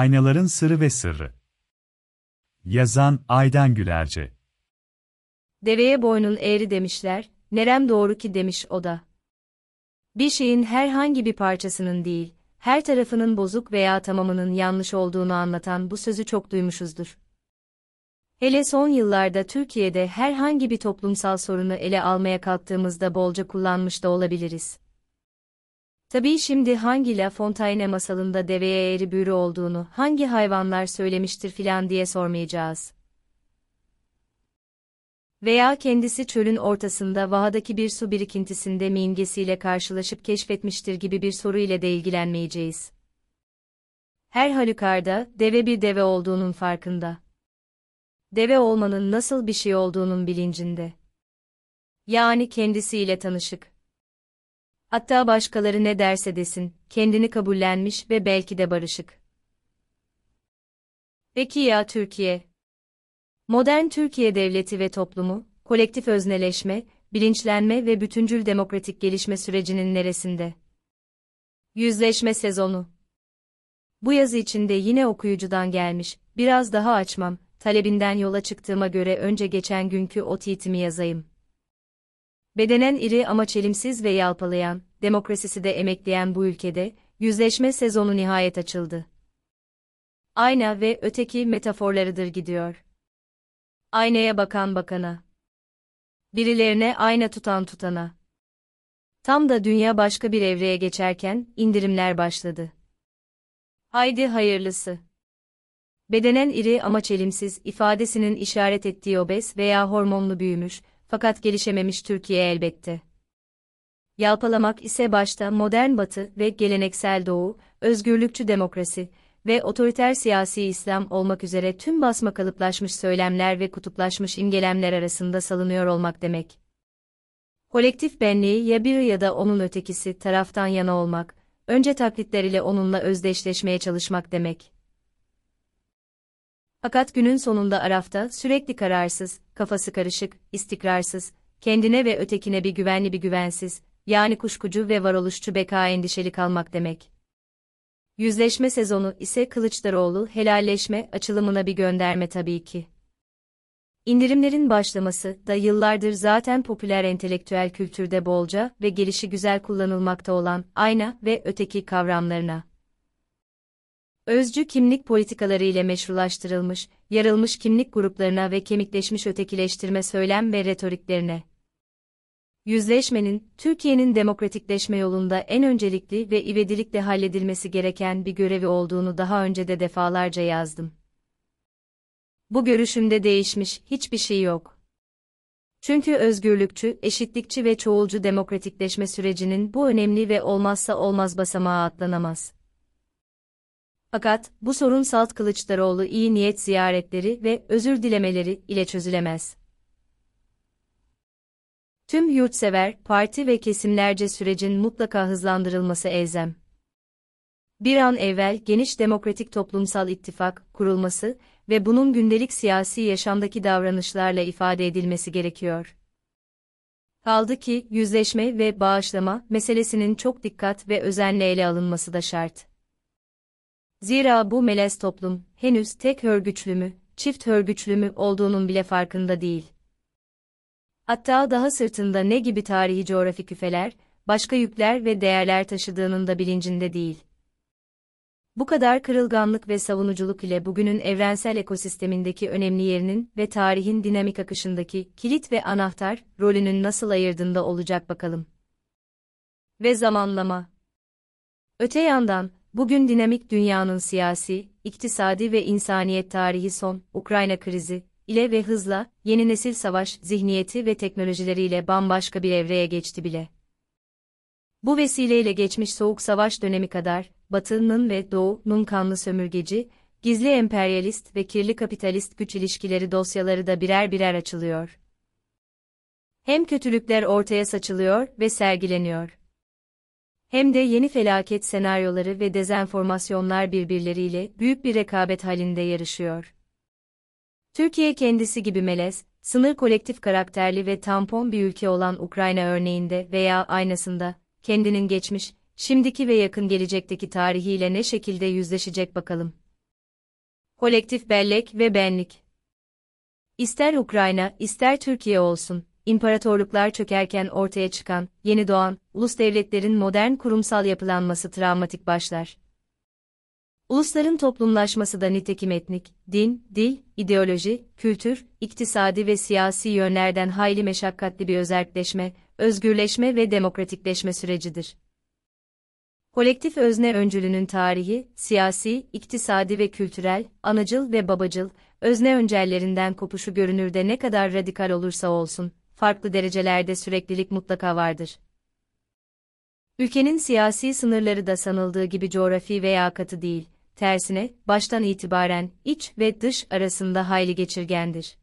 Aynaların Sırrı ve Sırrı. Yazan Aydan Gülerce. Deveye boynun eğri demişler, nerem doğru ki demiş o da. Bir şeyin herhangi bir parçasının değil, her tarafının bozuk veya tamamının yanlış olduğunu anlatan bu sözü çok duymuşuzdur. Hele son yıllarda Türkiye'de herhangi bir toplumsal sorunu ele almaya kalktığımızda bolca kullanmış da olabiliriz. Tabii şimdi hangi La Fontaine masalında deveye eğri büğrü olduğunu, hangi hayvanlar söylemiştir filan diye sormayacağız. Veya kendisi çölün ortasında vahadaki bir su birikintisinde mingesiyle karşılaşıp keşfetmiştir gibi bir soru ile de ilgilenmeyeceğiz. Her halükarda, deve bir deve olduğunun farkında. Deve olmanın nasıl bir şey olduğunun bilincinde. Yani kendisiyle tanışık. Hatta başkaları ne derse desin, kendini kabullenmiş ve belki de barışık. Peki ya Türkiye? Modern Türkiye devleti ve toplumu, kolektif özneleşme, bilinçlenme ve bütüncül demokratik gelişme sürecinin neresinde? Yüzleşme sezonu. Bu yazı içinde yine okuyucudan gelmiş, biraz daha açmam, talebinden yola çıktığıma göre önce geçen günkü o tweetimi yazayım. Bedenen iri ama çelimsiz ve yalpalayan, demokrasisi de emekleyen bu ülkede, yüzleşme sezonu nihayet açıldı. Ayna ve öteki metaforlarıdır gidiyor. Aynaya bakan bakana. Birilerine ayna tutan tutana. Tam da dünya başka bir evreye geçerken, indirimler başladı. Haydi hayırlısı. Bedenen iri ama çelimsiz ifadesinin işaret ettiği obez veya hormonlu büyümüş, fakat gelişememiş Türkiye elbette. Yalpalamak ise başta modern Batı ve geleneksel Doğu, özgürlükçü demokrasi ve otoriter siyasi İslam olmak üzere tüm basma kalıplaşmış söylemler ve kutuplaşmış imgelemler arasında salınıyor olmak demek. Kolektif benliği ya biri ya da onun ötekisi taraftan yana olmak, önce taklitler ile onunla özdeşleşmeye çalışmak demek. Fakat günün sonunda arafta sürekli kararsız, kafası karışık, istikrarsız, kendine ve ötekine bir güvenli bir güvensiz, yani kuşkucu ve varoluşçu beka endişeli kalmak demek. Yüzleşme sezonu ise Kılıçdaroğlu helalleşme açılımına bir gönderme tabii ki. İndirimlerin başlaması da yıllardır zaten popüler entelektüel kültürde bolca ve gelişigüzel kullanılmakta olan ayna ve öteki kavramlarına. Özcü kimlik politikaları ile meşrulaştırılmış, yarılmış kimlik gruplarına ve kemikleşmiş ötekileştirme söylem ve retoriklerine. Yüzleşmenin, Türkiye'nin demokratikleşme yolunda en öncelikli ve ivedilikle halledilmesi gereken bir görevi olduğunu daha önce de defalarca yazdım. Bu görüşümde değişmiş hiçbir şey yok. Çünkü özgürlükçü, eşitlikçi ve çoğulcu demokratikleşme sürecinin bu önemli ve olmazsa olmaz basamağı atlanamaz. Fakat, bu sorun Salt Kılıçdaroğlu iyi niyet ziyaretleri ve özür dilemeleri ile çözülemez. Tüm yurtsever, parti ve kesimlerce sürecin mutlaka hızlandırılması elzem. Bir an evvel geniş demokratik toplumsal ittifak kurulması ve bunun gündelik siyasi yaşamdaki davranışlarla ifade edilmesi gerekiyor. Kaldı ki, yüzleşme ve bağışlama meselesinin çok dikkat ve özenle ele alınması da şart. Zira bu melez toplum, henüz tek hörgüçlü mü, çift hörgüçlü mü olduğunun bile farkında değil. Hatta daha sırtında ne gibi tarihi coğrafi küfeler, başka yükler ve değerler taşıdığının da bilincinde değil. Bu kadar kırılganlık ve savunuculuk ile bugünün evrensel ekosistemindeki önemli yerinin ve tarihin dinamik akışındaki kilit ve anahtar rolünün nasıl ayırdığında olacak bakalım. Ve zamanlama. Öte yandan, bugün dinamik dünyanın siyasi, iktisadi ve insaniyet tarihi son, Ukrayna krizi ile ve hızla, yeni nesil savaş zihniyeti ve teknolojileriyle bambaşka bir evreye geçti bile. Bu vesileyle geçmiş Soğuk Savaş dönemi kadar, Batı'nın ve Doğu'nun kanlı sömürgeci, gizli emperyalist ve kirli kapitalist güç ilişkileri dosyaları da birer birer açılıyor. Hem kötülükler ortaya saçılıyor ve sergileniyor. Hem de yeni felaket senaryoları ve dezenformasyonlar birbirleriyle büyük bir rekabet halinde yarışıyor. Türkiye kendisi gibi melez, sınır kolektif karakterli ve tampon bir ülke olan Ukrayna örneğinde veya aynasında, kendinin geçmiş, şimdiki ve yakın gelecekteki tarihiyle ne şekilde yüzleşecek bakalım. Kolektif bellek ve benlik. İster Ukrayna, ister Türkiye olsun, imparatorluklar çökerken ortaya çıkan, yeni doğan, ulus devletlerin modern kurumsal yapılanması travmatik başlar. Ulusların toplumlaşması da nitekim etnik, din, dil, ideoloji, kültür, iktisadi ve siyasi yönlerden hayli meşakkatli bir özerkleşme, özgürleşme ve demokratikleşme sürecidir. Kolektif özne öncülünün tarihi, siyasi, iktisadi ve kültürel, anacıl ve babacıl, özne öncellerinden kopuşu görünürde ne kadar radikal olursa olsun, farklı derecelerde süreklilik mutlaka vardır. Ülkenin siyasi sınırları da sanıldığı gibi coğrafi veya katı değil, tersine, baştan itibaren, iç ve dış arasında hayli geçirgendir.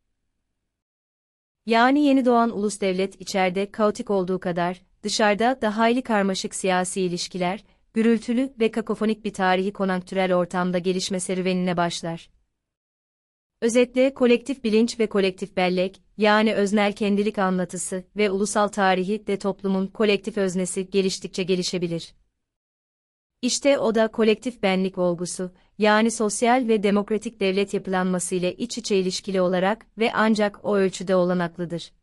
Yani yeni doğan ulus devlet içeride kaotik olduğu kadar, dışarıda da hayli karmaşık siyasi ilişkiler, gürültülü ve kakofonik bir tarihi konanktürel ortamda gelişme serüvenine başlar. Özetle kolektif bilinç ve kolektif bellek, yani öznel kendilik anlatısı ve ulusal tarihi de toplumun kolektif öznesi geliştikçe gelişebilir. İşte o da kolektif benlik olgusu, yani sosyal ve demokratik devlet yapılanması ile iç içe ilişkili olarak ve ancak o ölçüde olanaklıdır.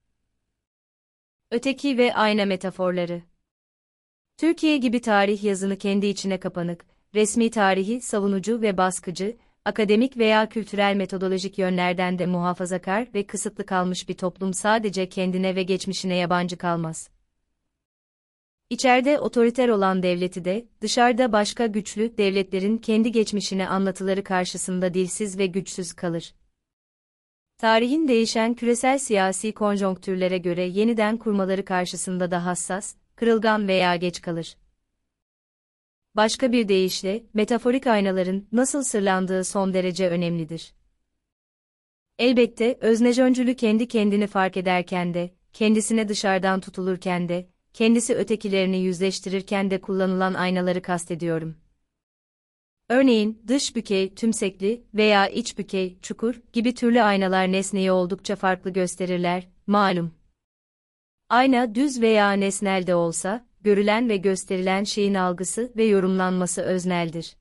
Öteki ve ayna metaforları. Türkiye gibi tarih yazını kendi içine kapanık, resmi tarihi savunucu ve baskıcı, akademik veya kültürel metodolojik yönlerden de muhafazakar ve kısıtlı kalmış bir toplum sadece kendine ve geçmişine yabancı kalmaz. İçeride otoriter olan devleti de, dışarıda başka güçlü devletlerin kendi geçmişine anlatıları karşısında dilsiz ve güçsüz kalır. Tarihin değişen küresel siyasi konjonktürlere göre yeniden kurmaları karşısında da hassas, kırılgan veya geç kalır. Başka bir deyişle, metaforik aynaların nasıl sırlandığı son derece önemlidir. Elbette, öznecöncülü kendi kendini fark ederken de, kendisine dışarıdan tutulurken de, kendisi ötekilerini yüzleştirirken de kullanılan aynaları kastediyorum. Örneğin, dış bükey, tümsekli veya iç bükey, çukur gibi türlü aynalar nesneyi oldukça farklı gösterirler, malum. Ayna düz veya nesnel de olsa, görülen ve gösterilen şeyin algısı ve yorumlanması özneldir.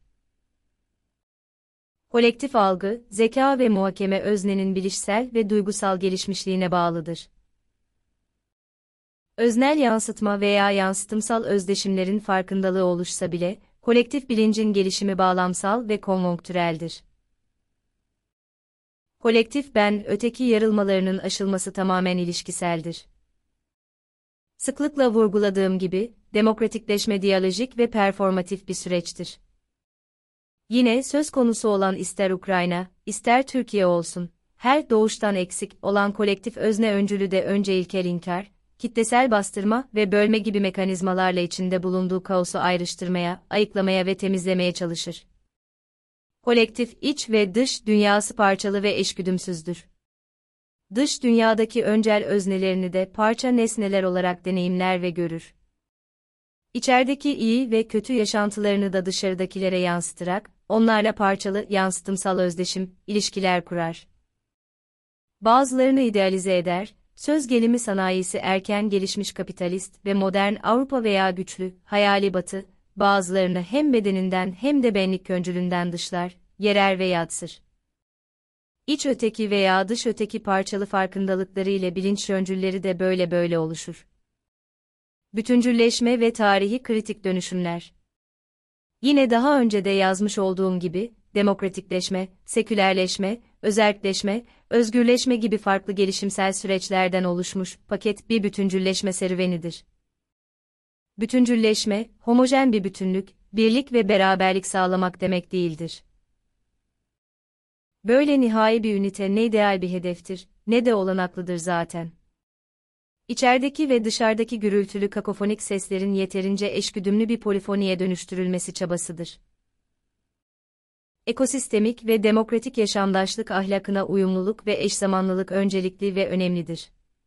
Kolektif algı, zeka ve muhakeme öznenin bilişsel ve duygusal gelişmişliğine bağlıdır. Öznel yansıtma veya yansıtımsal özdeşimlerin farkındalığı oluşsa bile, kolektif bilincin gelişimi bağlamsal ve konjonktüreldir. Kolektif ben, öteki yarılmalarının aşılması tamamen ilişkiseldir. Sıklıkla vurguladığım gibi, demokratikleşme diyalojik ve performatif bir süreçtir. Yine söz konusu olan ister Ukrayna, ister Türkiye olsun, her doğuştan eksik olan kolektif özne öncülü de önce ilkel inkar, kitlesel bastırma ve bölme gibi mekanizmalarla içinde bulunduğu kaosu ayrıştırmaya, ayıklamaya ve temizlemeye çalışır. Kolektif iç ve dış dünyası parçalı ve eşgüdümsüzdür. Dış dünyadaki öncel öznelerini de parça nesneler olarak deneyimler ve görür. İçerideki iyi ve kötü yaşantılarını da dışarıdakilere yansıtarak, onlarla parçalı, yansıtımsal özdeşim, ilişkiler kurar. Bazılarını idealize eder, söz gelimi sanayisi erken gelişmiş kapitalist ve modern Avrupa veya güçlü, hayali Batı, bazılarını hem bedeninden hem de benlik öncülünden dışlar, yerer ve yadsır. İç öteki veya dış öteki parçalı farkındalıkları ile bilinç öncülleri de böyle oluşur. Bütüncülleşme ve tarihi kritik dönüşümler. Yine daha önce de yazmış olduğum gibi, demokratikleşme, sekülerleşme, özerkleşme, özgürleşme gibi farklı gelişimsel süreçlerden oluşmuş paket bir bütüncülleşme serüvenidir. Bütüncülleşme, homojen bir bütünlük, birlik ve beraberlik sağlamak demek değildir. Böyle nihai bir ünite ne ideal bir hedeftir, ne de olanaklıdır zaten. İçerideki ve dışarıdaki gürültülü kakofonik seslerin yeterince eşgüdümlü bir polifoniye dönüştürülmesi çabasıdır. Ekosistemik ve demokratik yaşamdaşlık ahlakına uyumluluk ve eşzamanlılık öncelikli ve önemlidir.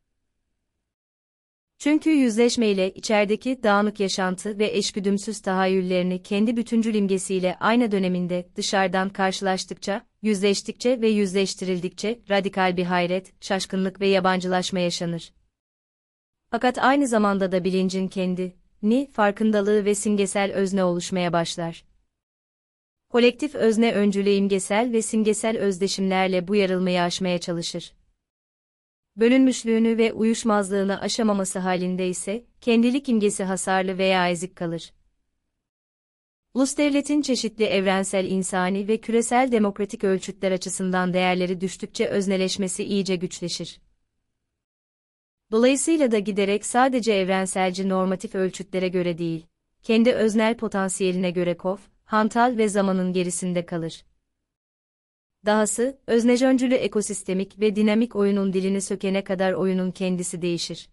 Çünkü yüzleşme ile içerideki dağınık yaşantı ve eşgüdümsüz tahayyüllerini kendi bütüncül imgesiyle aynı döneminde dışarıdan karşılaştıkça, yüzleştikçe ve yüzleştirildikçe radikal bir hayret, şaşkınlık ve yabancılaşma yaşanır. Fakat aynı zamanda da bilincin kendi, farkındalığı ve simgesel özne oluşmaya başlar. Kolektif özne öncülü imgesel ve simgesel özdeşimlerle bu yarılmayı aşmaya çalışır. Bölünmüşlüğünü ve uyuşmazlığını aşamaması halinde ise, kendilik imgesi hasarlı veya ezik kalır. Ulus devletin çeşitli evrensel insani ve küresel demokratik ölçütler açısından değerleri düştükçe özneleşmesi iyice güçleşir. Dolayısıyla da giderek sadece evrenselci normatif ölçütlere göre değil, kendi öznel potansiyeline göre hantal ve zamanın gerisinde kalır. Dahası, öznecöncülü ekosistemik ve dinamik oyunun dilini sökene kadar oyunun kendisi değişir.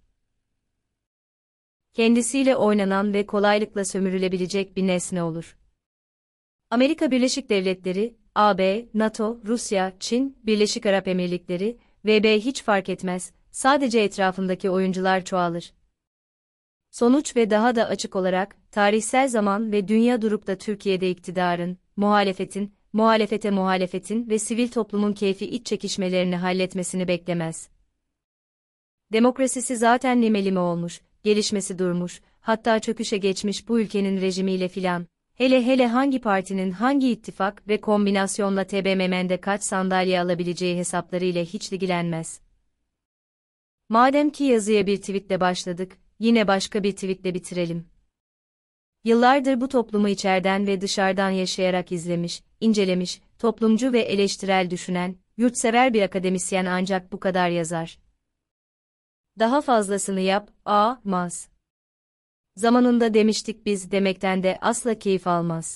Kendisiyle oynanan ve kolaylıkla sömürülebilecek bir nesne olur. Amerika Birleşik Devletleri, AB, NATO, Rusya, Çin, Birleşik Arap Emirlikleri, VB hiç fark etmez, sadece etrafındaki oyuncular çoğalır. Sonuç ve daha da açık olarak, tarihsel zaman ve dünya durup da Türkiye'de iktidarın, muhalefetin ve sivil toplumun keyfi iç çekişmelerini halletmesini beklemez. Demokrasisi zaten limelime olmuş, gelişmesi durmuş, hatta çöküşe geçmiş bu ülkenin rejimiyle filan, hele hangi partinin hangi ittifak ve kombinasyonla TBMM'de kaç sandalye alabileceği hesaplarıyla hiç ilgilenmez. Madem ki yazıya bir tweetle başladık, yine başka bir tweetle bitirelim. Yıllardır bu toplumu içeriden ve dışarıdan yaşayarak izlemiş, incelemiş, toplumcu ve eleştirel düşünen, yurtsever bir akademisyen ancak bu kadar yazar. Daha fazlasını yapamaz. Zamanında demiştik biz demekten de asla keyif almaz.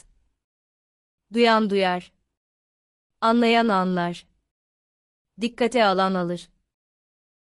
Duyan duyar. Anlayan anlar. Dikkate alan alır.